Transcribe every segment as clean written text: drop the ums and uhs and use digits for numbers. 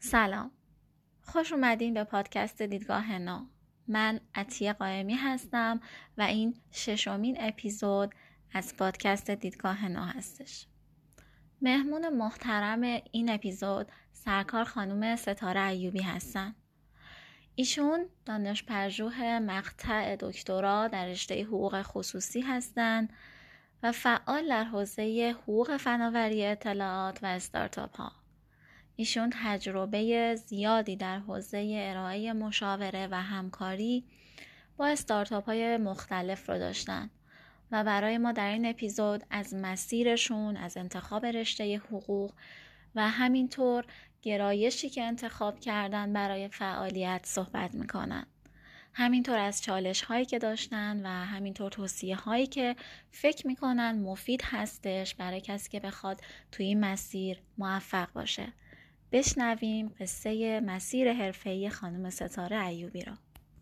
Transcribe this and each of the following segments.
سلام، خوش اومدین به پادکست دیدگاه نو. من عطیه قائمی هستم و این 6مین اپیزود از پادکست دیدگاه نو هستش. مهمون محترم این اپیزود سرکار خانم ستاره ایوبی هستن. ایشون دانش‌پژوه مقطع دکترا در رشته حقوق خصوصی هستند و فعال در حوزه حقوق فناوری اطلاعات و استارتاپ ها. ایشون تجربه زیادی در حوزه ارائه مشاوره و همکاری با استارتاپ های مختلف رو داشتن و برای ما در این اپیزود از مسیرشون، از انتخاب رشته حقوق و همینطور گرایشی که انتخاب کردن برای فعالیت صحبت میکنن. همینطور از چالش هایی که داشتن و همینطور توصیه هایی که فکر میکنن مفید هستش برای کسی که بخواد توی این مسیر موفق باشه. بشنویم قصه مسیر حرفه‌ای خانم ستاره ایوبی را.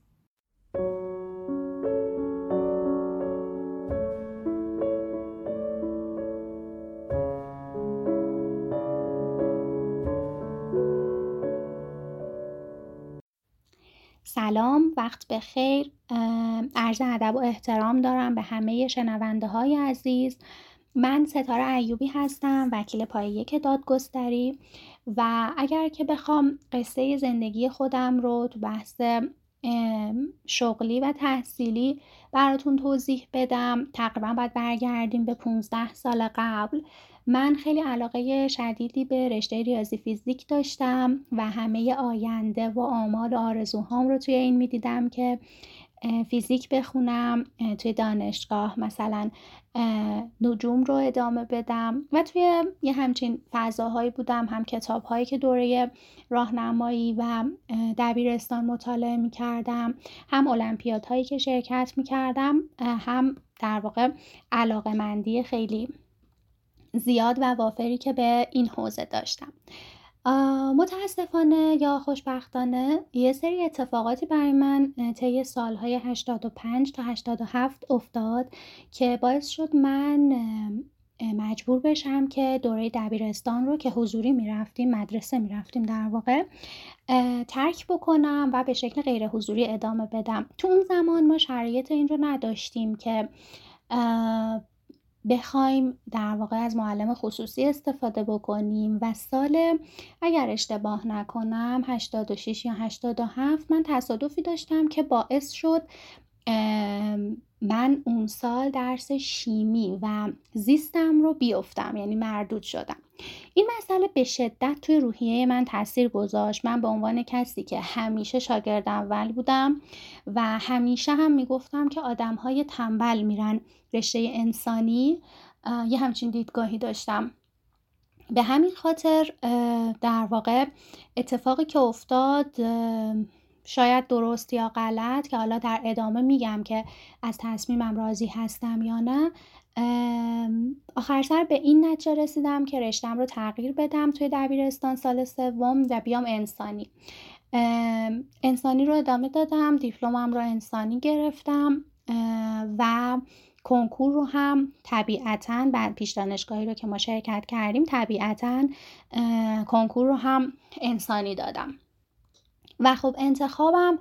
سلام، وقت بخیر. عرض ادب و احترام دارم به همه شنونده های عزیز. من ستاره ایوبی هستم، وکیل پایه 1 دادگستری و اگر که بخوام قصه زندگی خودم رو تو بحث شغلی و تحصیلی براتون توضیح بدم، تقریبا باید برگردیم به 15 سال قبل. من خیلی علاقه شدیدی به رشته ریاضی فیزیک داشتم و همه آینده و آمال و آرزوهام رو توی این میدیدم که فیزیک بخونم، توی دانشگاه مثلا نجوم رو ادامه بدم و توی یه همچین فضاهایی بودم، هم کتاب‌هایی که دوره راهنمایی و دبیرستان مطالعه می‌کردم، هم المپیادهایی که شرکت می‌کردم، هم در واقع علاقه‌مندی خیلی زیاد و وافری که به این حوزه داشتم. متاسفانه یا خوشبختانه یه سری اتفاقاتی برای من طی سالهای 85 تا 87 افتاد که باعث شد من مجبور بشم که دوره دبیرستان رو که حضوری میرفتیم، مدرسه میرفتیم در واقع، ترک بکنم و به شکل غیر حضوری ادامه بدم. تو اون زمان ما شرایط این رو نداشتیم که بخوایم در واقع از معلم خصوصی استفاده بکنیم و سال اگر اشتباه نکنم 86 یا 87 من تصادفی داشتم که باعث شد من اون سال درس شیمی و زیستم رو بیفتم، یعنی مردود شدم. این مسئله به شدت توی روحیه من تاثیر گذاشت. من به عنوان کسی که همیشه شاگرد اول بودم و همیشه هم میگفتم که آدم‌های تنبل میرن رشته انسانی، یه همچین دیدگاهی داشتم. به همین خاطر در واقع اتفاقی که افتاد، شاید درست یا غلط که حالا در ادامه میگم که از تصمیمم راضی هستم یا نه، آخر سر به این نتیجه رسیدم که رشتم رو تغییر بدم توی دبیرستان سال 3 و بیام انسانی. انسانی رو ادامه دادم، دیپلمم رو انسانی گرفتم و کنکور رو هم طبیعتاً بعد پیش دانشگاهی رو که ما شرکت کردیم طبیعتاً کنکور رو هم انسانی دادم و خب انتخابم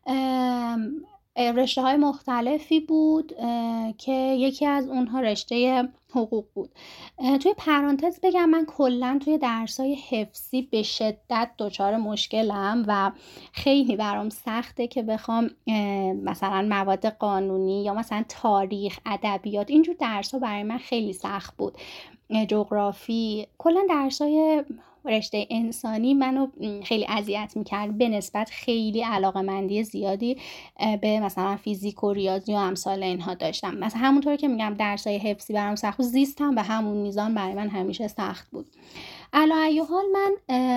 رشته های مختلفی بود که یکی از اونها رشته حقوق بود. توی پرانتز بگم من کلا توی درسای حفظی به شدت دچار مشکلم و خیلی برام سخته که بخوام مثلا مواد قانونی یا مثلا تاریخ، ادبیات، اینجور درس‌ها برای من خیلی سخت بود. جغرافی، کلا درسای رشته انسانی منو خیلی اذیت میکرد، به نسبت خیلی علاقه‌مندی زیادی به مثلا فیزیک و ریاضی و امثال اینها داشتم. مثلا همونطور که میگم درسای حفظی برام سخت بود، زیستم به همون میزان برای من همیشه سخت بود. علی ای حال من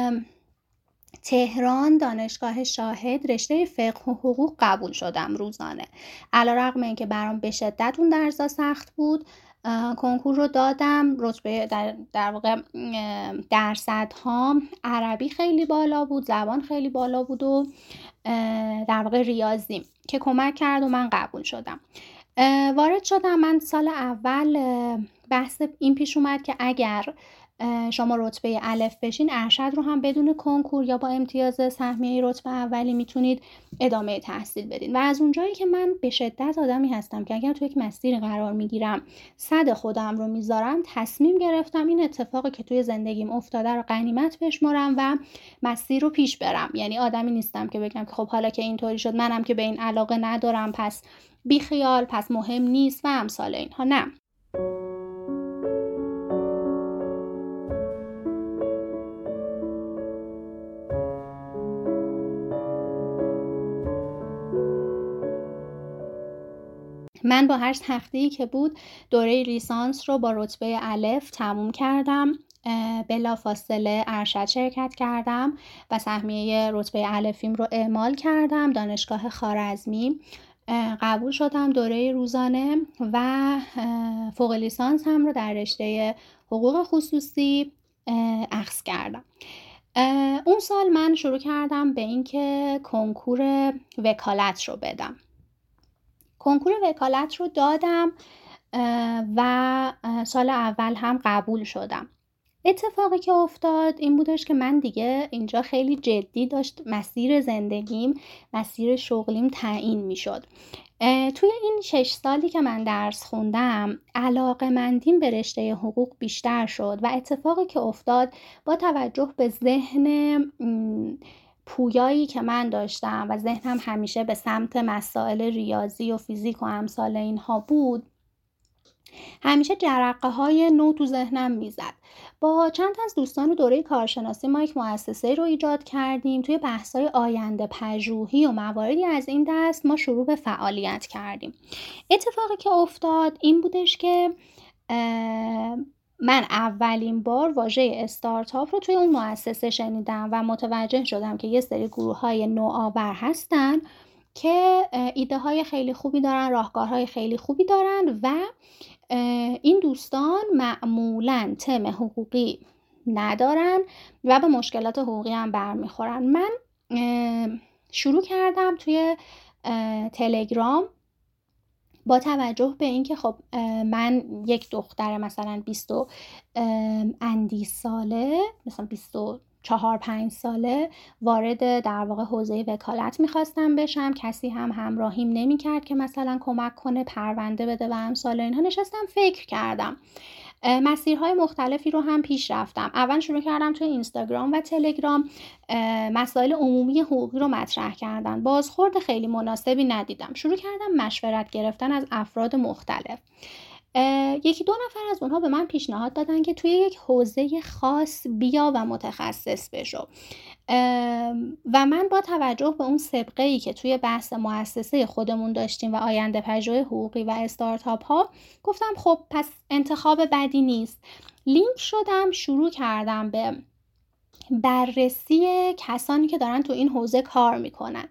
تهران دانشگاه شاهد رشته فقه و حقوق قبول شدم روزانه، علیرغم اینکه برام به شدت اون درس‌ها سخت بود. کنکور رو دادم، رتبه در واقع درصدها عربی خیلی بالا بود، زبان خیلی بالا بود و در واقع ریاضی که کمک کرد و من قبول شدم. وارد شدم. من سال اول بحث این پیش اومد که اگر شما رتبه الف بشین، ارشد رو هم بدون کنکور یا با امتیاز سهمیه رتبه اولی میتونید ادامه تحصیل بدین. و از اونجایی که من به شدت آدمی هستم که اگر توی یک مسیر قرار میگیرم صد خودم رو میذارم، تصمیم گرفتم این اتفاقی که توی زندگیم افتاده رو غنیمت بشمرم و مسیر رو پیش برم. یعنی آدمی نیستم که بگم که خب حالا که اینطوری شد منم که به این علاقه ندارم پس بیخیال، پس مهم نیست و امثال اینها. نه، من با هر سختی‌ای که بود دوره لیسانس رو با رتبه الف تموم کردم. بلافاصله ارشد شرکت کردم و سهمیه رتبه الفیم رو اعمال کردم. دانشگاه خوارزمی قبول شدم دوره روزانه و فوق لیسانس هم رو در رشته حقوق خصوصی اخذ کردم. اون سال من شروع کردم به اینکه کنکور وکالت رو بدم. کنکور وکالت رو دادم و سال اول هم قبول شدم. اتفاقی که افتاد این بودش که من دیگه اینجا خیلی جدی داشت مسیر زندگیم، مسیر شغلیم تعیین می شد. توی این 6 سالی که من درس خوندم علاقه‌مندیم به رشته حقوق بیشتر شد و اتفاقی که افتاد با توجه به ذهن پویایی که من داشتم و ذهنم همیشه به سمت مسائل ریاضی و فیزیک و امثال اینها بود، همیشه جرقه های نو تو ذهنم میزد. با چند از دوستان دوره کارشناسی ما یک مؤسسه رو ایجاد کردیم. توی بحث‌های آینده پژوهی و مواردی از این دست ما شروع به فعالیت کردیم. اتفاقی که افتاد این بودش که من اولین بار واژه استارتاپ رو توی اون مؤسسه شنیدم و متوجه شدم که یه سری گروه‌های نوآور هستن که ایده های خیلی خوبی دارن، راهکارهای خیلی خوبی دارن و این دوستان معمولاً تم حقوقی ندارن و به مشکلات حقوقی هم برمیخورن. من شروع کردم توی تلگرام با توجه به اینکه خب من یک دختر مثلا 20 اندی ساله، مثلا 24-5 ساله وارد در واقع حوزه وکالت میخواستم بشم، کسی هم همراهیم نمیکرد که مثلا کمک کنه پرونده بده و امثال اینها. نشستم فکر کردم، مسیرهای مختلفی رو هم پیش رفتم. اول شروع کردم توی اینستاگرام و تلگرام مسائل عمومی حقوقی رو مطرح کردن. بازخورد خیلی مناسبی ندیدم. شروع کردم مشورت گرفتن از افراد مختلف. 1-2 نفر از اونها به من پیشنهاد دادن که توی یک حوزه خاص بیا و متخصص بشو و من با توجه به اون سابقه‌ای که توی بحث مؤسسه خودمون داشتیم و آینده پژوهی حقوقی و استارتاپ ها گفتم خب پس انتخاب بدی نیست. لینک شدم، شروع کردم به بررسی کسانی که دارن تو این حوزه کار میکنن.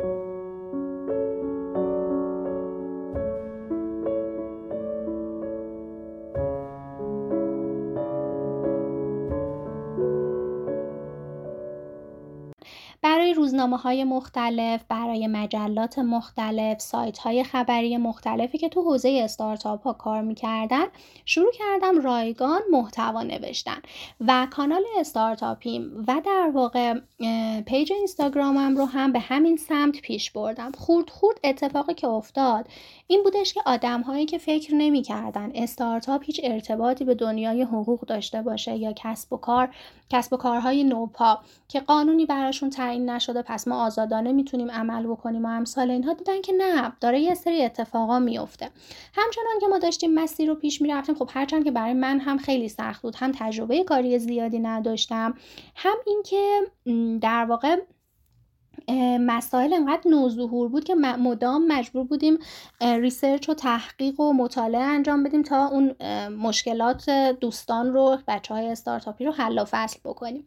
برای روزنامه‌های مختلف، برای مجلات مختلف، سایت‌های خبری مختلفی که تو حوزه استارتاپ‌ها کار می‌کردن، شروع کردم رایگان محتوا نوشتن و کانال استارتاپیم و در واقع پیج اینستاگرامم رو هم به همین سمت پیش بردم. خورد اتفاقی که افتاد این بودش که آدم‌هایی که فکر نمی‌کردن استارتاپ هیچ ارتباطی به دنیای حقوق داشته باشه یا کسب و کارهای نوپا که قانونی براشون تعیین نشده پس ما آزادانه میتونیم عمل بکنیم و امثال اینها، دیدن که نه، داره یه سری اتفاقا میفته. همچنان که ما داشتیم مسیر رو پیش میرفتیم، خب هرچند که برای من هم خیلی سخت بود، هم تجربه کاری زیادی نداشتم، هم این که در واقع مسائل انقدر نوظهور بود که مدام مجبور بودیم ریسرچ و تحقیق و مطالعه انجام بدیم تا اون مشکلات دوستان رو، بچه‌های استارتاپی رو حل و فصل بکنیم.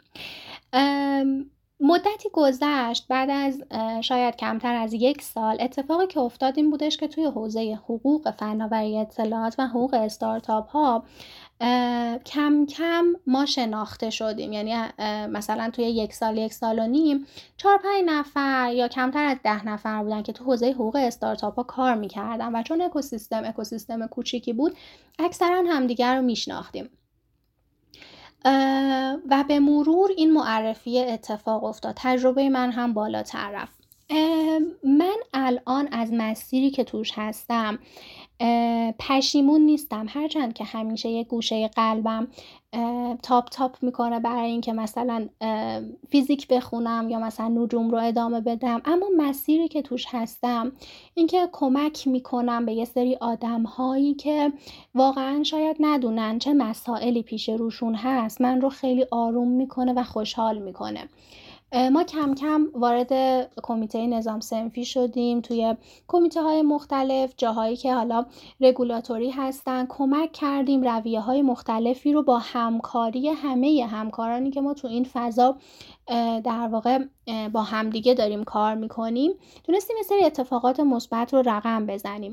مدتی گذشت، بعد از شاید کمتر از 1 سال اتفاقی که افتاد این بودش که توی حوزه حقوق فناوری اطلاعات و حقوق استارتاپ ها کم کم ما شناخته شدیم. یعنی مثلا توی 1 سال و نیم 4-5 نفر یا کمتر از 10 نفر بودن که تو حوزه حقوق استارتاپ ها کار میکردن و چون اکوسیستم کوچیکی بود اکثرا همدیگر رو میشناختیم. و به مرور این معرفی اتفاق افتاد، تجربه من هم بالاتر رفت. من الان از مسیری که توش هستم پشیمون نیستم، هرچند که همیشه یه گوشه قلبم تاپ میکنه برای این که مثلا فیزیک بخونم یا مثلا نجوم رو ادامه بدم، اما مسیری که توش هستم این که کمک میکنم به یه سری آدم هایی که واقعا شاید ندونن چه مسائلی پیش روشون هست، من رو خیلی آروم میکنه و خوشحال میکنه. ما کم کم وارد کمیته نظام صنفی شدیم، توی کمیته های مختلف، جاهایی که حالا رگولاتوری هستن کمک کردیم، رویه های مختلفی رو با همکاری همه همکارانی که ما تو این فضا در واقع با همدیگه داریم کار میکنیم تونستیم یه سری اتفاقات مثبت رو رقم بزنیم.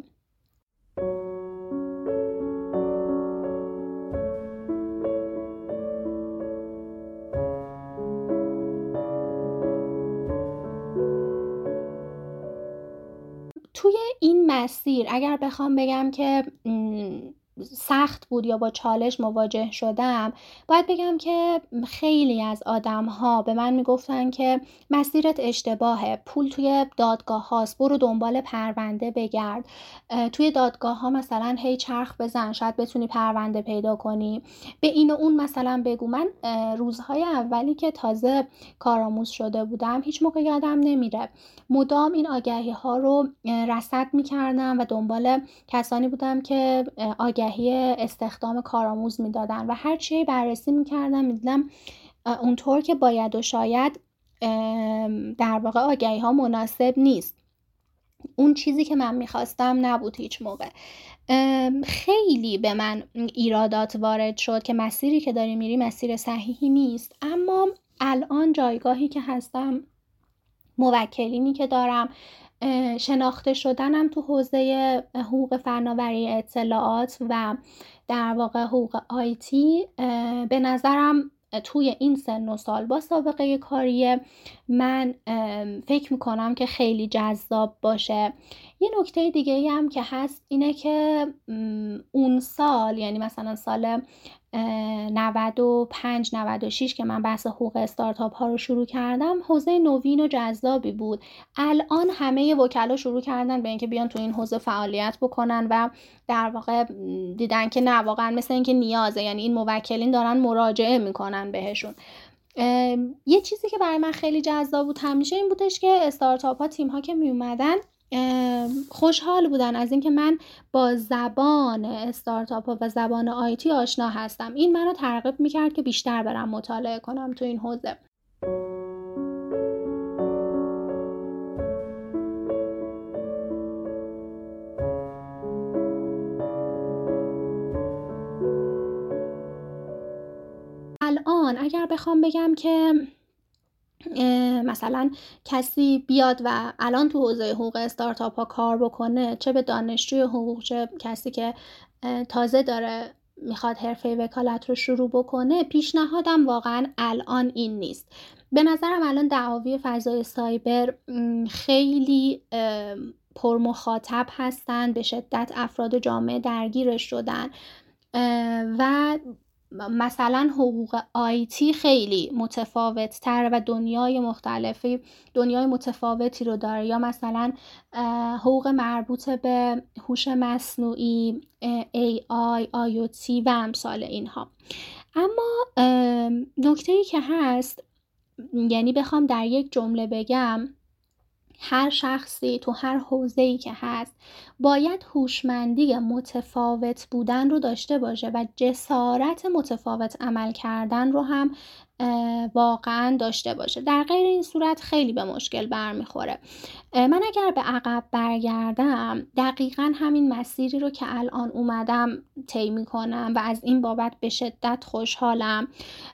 توی این مسیر اگر بخوام بگم که سخت بود یا با چالش مواجه شدم، باید بگم که خیلی از آدم‌ها به من میگفتن که مسیرت اشتباهه، پول توی دادگاه هاست، برو دنبال پرونده بگرد، توی دادگاه ها مثلا هی چرخ بزن شاید بتونی پرونده پیدا کنی، به این و اون مثلا بگو. من روزهای اولی که تازه کارآموز شده بودم هیچ موقع یادم نمیره مدام این آگهی ها رو رصد میکردم و دنبال کسانی بودم که آگهی استخدام کارآموز میدادن و هر چی بررسی میکردم میدیدم اونطور که باید و شاید در واقع آگهی ها مناسب نیست، اون چیزی که من میخواستم نبود هیچ موقع. خیلی به من ایرادات وارد شد که مسیری که داری میری مسیر صحیحی نیست، اما الان جایگاهی که هستم، موکلینی که دارم، شناخته شدنم تو حوزه حقوق فناوری اطلاعات و در واقع حقوق آیتی به نظرم توی این سن و سال با سابقه کاری من فکر میکنم که خیلی جذاب باشه. یه نکته دیگه هم که هست اینه که اون سال، یعنی مثلا سال 95-96 که من بحث حقوق استارتاپ ها رو شروع کردم، حوزه نوین و جذابی بود. الان همه وکلا شروع کردن به اینکه بیان تو این حوزه فعالیت بکنن و در واقع دیدن که نه، واقعا مثل اینکه نیازه، یعنی این موکلین دارن مراجعه میکنن بهشون. یه چیزی که برای من خیلی جذاب بود همیشه این بودش که استارتاپ ها، تیم ها که می اومدن خوشحال بودن از اینکه من با زبان استارتاپ ها و زبان آیتی آشنا هستم. این منو ترغیب میکرد که بیشتر برم مطالعه کنم تو این حوزه. الان اگر بخوام بگم که مثلا کسی بیاد و الان تو حوزه حقوق استارتاپ ها کار بکنه، چه به دانشجوی حقوق چه کسی که تازه داره میخواد حرفه وکالت رو شروع بکنه، پیشنهادم واقعا الان این نیست. به نظرم الان دعاوی فضای سایبر خیلی پرمخاطب هستن، به شدت افراد جامعه درگیرش شدن و مثلا حقوق آیتی خیلی متفاوت تر و دنیای متفاوتی رو داره، یا مثلا حقوق مربوط به هوش مصنوعی، AI، IoT و امثال اینها. اما نکته‌ای که هست، یعنی بخوام در یک جمله بگم، هر شخصی تو هر حوزه‌ای که هست باید هوشمندی متفاوت بودن رو داشته باشه و جسارت متفاوت عمل کردن رو هم واقعا داشته باشه. در غیر این صورت خیلی به مشکل برمیخوره. من اگر به عقب برگردم دقیقا همین مسیری رو که الان اومدم طی میکنم و از این بابت به شدت خوشحالم.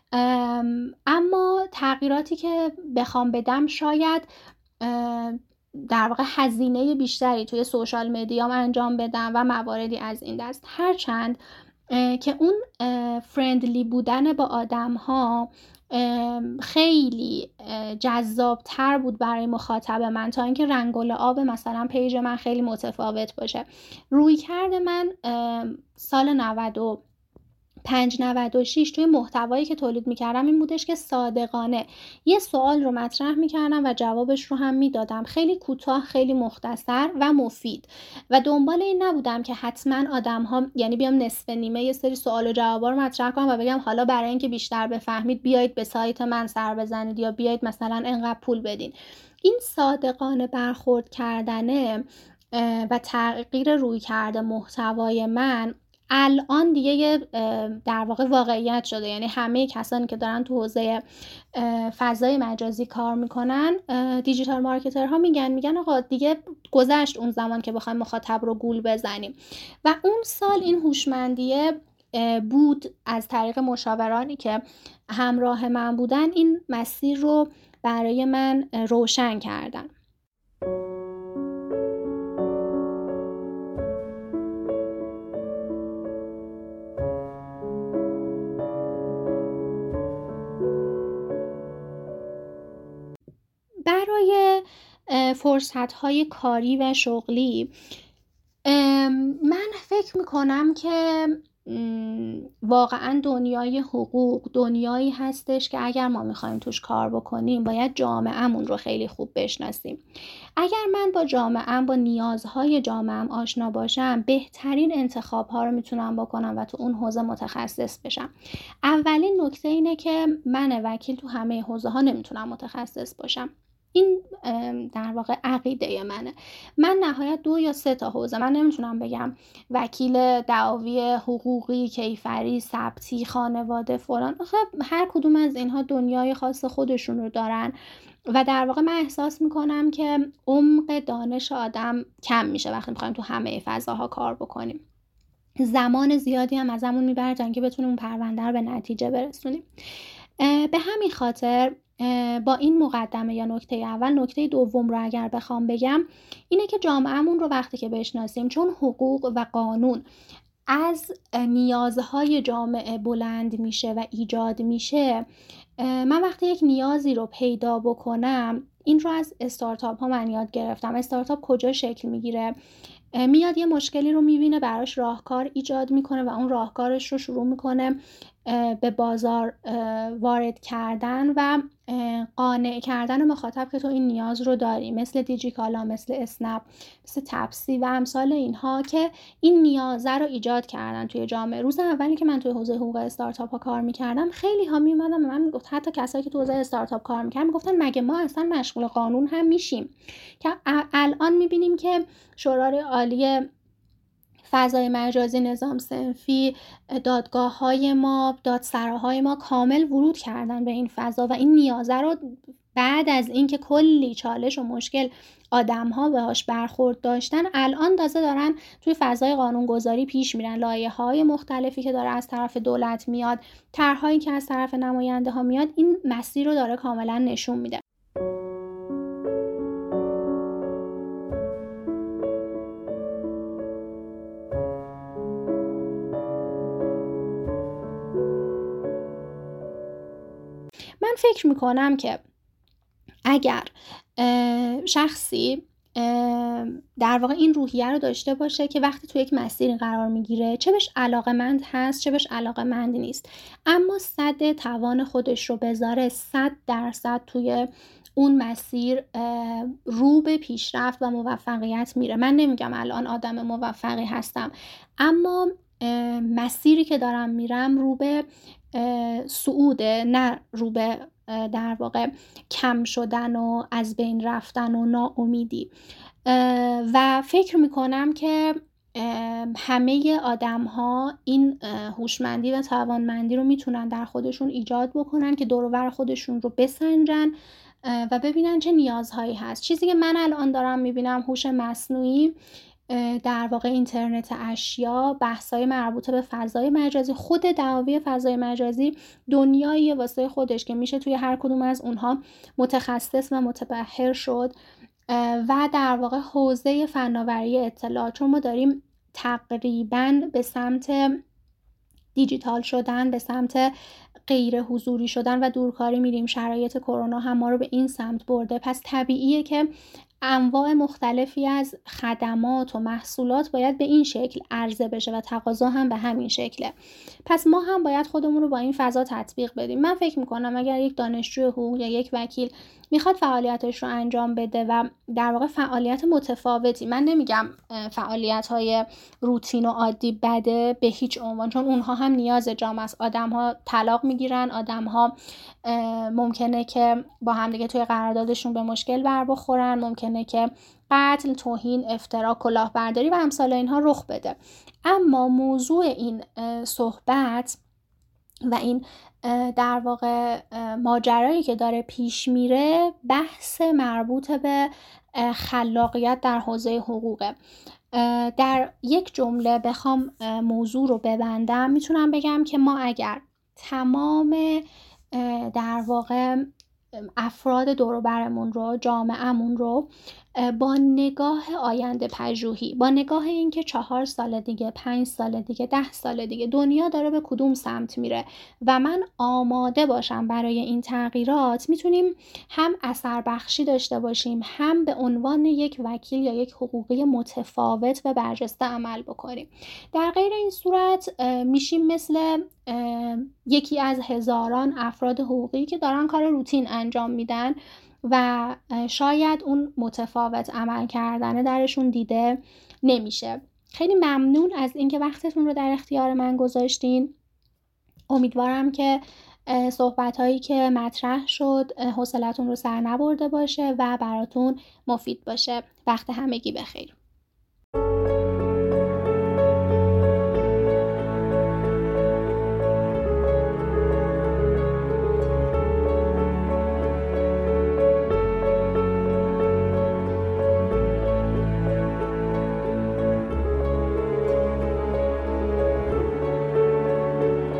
اما تغییراتی که بخوام بدم شاید در واقع هزینه بیشتری توی سوشال مدیا انجام بدم و مواردی از این دست، هرچند که اون فرندلی بودن با آدم ها خیلی جذاب تر بود برای مخاطب من تا اینکه رنگ و لعاب مثلا پیج من خیلی متفاوت باشه. رویکرد من سال 596 توی محتوایی که تولید میکردم این بودش که صادقانه یه سوال رو مطرح میکردم و جوابش رو هم میدادم، خیلی کوتاه، خیلی مختصر و مفید، و دنبال این نبودم که حتما آدم ها یعنی بیام نصف نیمه یه سری سوال و جوابا رو مطرح کنم و بگم حالا برای اینکه بیشتر بفهمید بیایید به سایت من سر بزنید یا بیایید مثلا انقدر پول بدین. این صادقانه برخورد کردنه و تغییر روی کرده محتوای من الان دیگه در واقع واقعیت شده. یعنی همه کسانی که دارن تو حوزه فضای مجازی کار میکنن، دیجیتال مارکترها میگن آقا دیگه گذشت اون زمان که بخوایم مخاطب رو گول بزنیم. و اون سال این هوشمندیه بود از طریق مشاورانی که همراه من بودن، این مسیر رو برای من روشن کردن. برای فرصت‌های کاری و شغلی من فکر میکنم که واقعا دنیای حقوق دنیایی هستش که اگر ما میخوایم توش کار بکنیم باید جامعه‌مون رو خیلی خوب بشناسیم. اگر من با جامعه‌ام، با نیازهای جامعه‌ام آشنا باشم، بهترین انتخاب‌ها رو میتونم بکنم و تو اون حوزه متخصص بشم. اولین نکته اینه که من وکیل تو همه حوزه‌ها نمیتونم متخصص باشم. این در واقع عقیده منه. من نهایت 2 یا 3 تا حوزه، من نمیتونم بگم وکیل دعاوی حقوقی، کیفری، ثبتی، خانواده فلان. هر کدوم از اینها دنیای خاص خودشون رو دارن و در واقع من احساس میکنم که عمق دانش آدم کم میشه وقتی میخوایم تو همه فضاها کار بکنیم. زمان زیادی هم ازمون میبره تا اینکه بتونیم اون پرونده رو به نتیجه برسونیم. به همین خاطر با این مقدمه یا نکته اول، نکته دوم رو اگر بخوام بگم اینه که جامعهمون رو وقتی که بشناسیم، چون حقوق و قانون از نیازهای جامعه بلند میشه و ایجاد میشه، من وقتی یک نیازی رو پیدا بکنم، این رو از استارتاپ ها من یاد گرفتم. استارتاپ کجا شکل میگیره؟ میاد یه مشکلی رو میبینه، براش راهکار ایجاد میکنه و اون راهکارش رو شروع میکنه به بازار وارد کردن و قانع کردن مخاطب که تو این نیاز رو داری، مثل دیجیکالا، مثل اسنپ، مثل تپسی و امثال اینها که این نیازه رو ایجاد کردن توی جامعه. روز اولی که من توی حوزه حقوق استارتاپ ها کار میکردم، خیلی ها میومدن به من میگفت، حتی کسایی که توی حوزه استارتاپ کار میکردن میگفتن مگه ما اصلا مشغول قانون هم میشیم؟ که الان میبینیم که شورای عالی فضای مجازی، نظام صنفی، دادگاه‌های ما، دادسراهای ما کامل ورود کردن به این فضا و این نیازه رو بعد از اینکه کلی چالش و مشکل آدم‌ها بهش برخورد داشتن، الان تازه دارن توی فضای قانونگذاری پیش میرن. لایحه‌های مختلفی که داره از طرف دولت میاد، طرح‌هایی که از طرف نماینده‌ها میاد، این مسیر رو داره کاملا نشون میده. من فکر میکنم که اگر شخصی در واقع این روحیه رو داشته باشه که وقتی تو یک مسیر قرار میگیره، چه بهش علاقه‌مند هست چه بهش علاقه‌مند نیست، اما صد توان خودش رو بذاره 100% توی اون مسیر رو به پیشرفت و موفقیت میره. من نمیگم الان آدم موفقی هستم، اما مسیری که دارم میرم رو به صعوده، نه رو به در واقع کم شدن و از بین رفتن و ناامیدی. و فکر میکنم که همه آدم ها این هوشمندی و توانمندی رو میتونن در خودشون ایجاد بکنن که دور و بر خودشون رو بسنجن و ببینن چه نیازهایی هست. چیزی که من الان دارم میبینم، هوش مصنوعی، در واقع اینترنت اشیا، بحث‌های مربوطه به فضای مجازی، خود دعاوی فضای مجازی دنیایی واسه خودش که میشه توی هر کدوم از اونها متخصص و متبحر شد. و در واقع حوزه فناوری اطلاعات، چون ما داریم تقریباً به سمت دیجیتال شدن، به سمت غیر حضوری شدن و دورکاری میریم. شرایط کرونا هم ما رو به این سمت برده، پس طبیعیه که انواع مختلفی از خدمات و محصولات باید به این شکل عرضه بشه و تقاضا هم به همین شکله. پس ما هم باید خودمون رو با این فضا تطبیق بدیم. من فکر میکنم اگر یک دانشجوی حقوق یا یک وکیل میخواد فعالیتش رو انجام بده و در واقع فعالیت متفاوتی، من نمیگم فعالیت‌های روتین و عادی بده به هیچ عنوان، چون اونها هم نیاز جامعه است. آدم‌ها طلاق میگیرن، آدم‌ها ممکنه که با هم دیگه توی قراردادشون به مشکل بر بخورن، ممکنه که قتل، توهین، افترا، کلاهبرداری و امثال اینها رخ بده. اما موضوع این صحبت و این در واقع ماجرایی که داره پیش میره بحث مربوط به خلاقیت در حوزه حقوقه. در یک جمله بخوام موضوع رو ببندم میتونم بگم که ما اگر تمام در واقع افراد دور و برمون رو، جامعه‌مون رو با نگاه آینده پژوهی، با نگاه اینکه 4 سال دیگه، 5 سال دیگه، 10 سال دیگه دنیا داره به کدوم سمت میره و من آماده باشم برای این تغییرات، میتونیم هم اثر بخشی داشته باشیم، هم به عنوان یک وکیل یا یک حقوقی متفاوت و برجسته عمل بکنیم. در غیر این صورت میشیم مثل یکی از هزاران افراد حقوقی که دارن کار روتین انجام میدن و شاید اون متفاوت عمل کردن درشون دیده نمیشه. خیلی ممنون از اینکه وقتتون رو در اختیار من گذاشتین. امیدوارم که صحبت‌هایی که مطرح شد حوصلتون رو سر نبرده باشه و براتون مفید باشه. وقت همگی بخیر.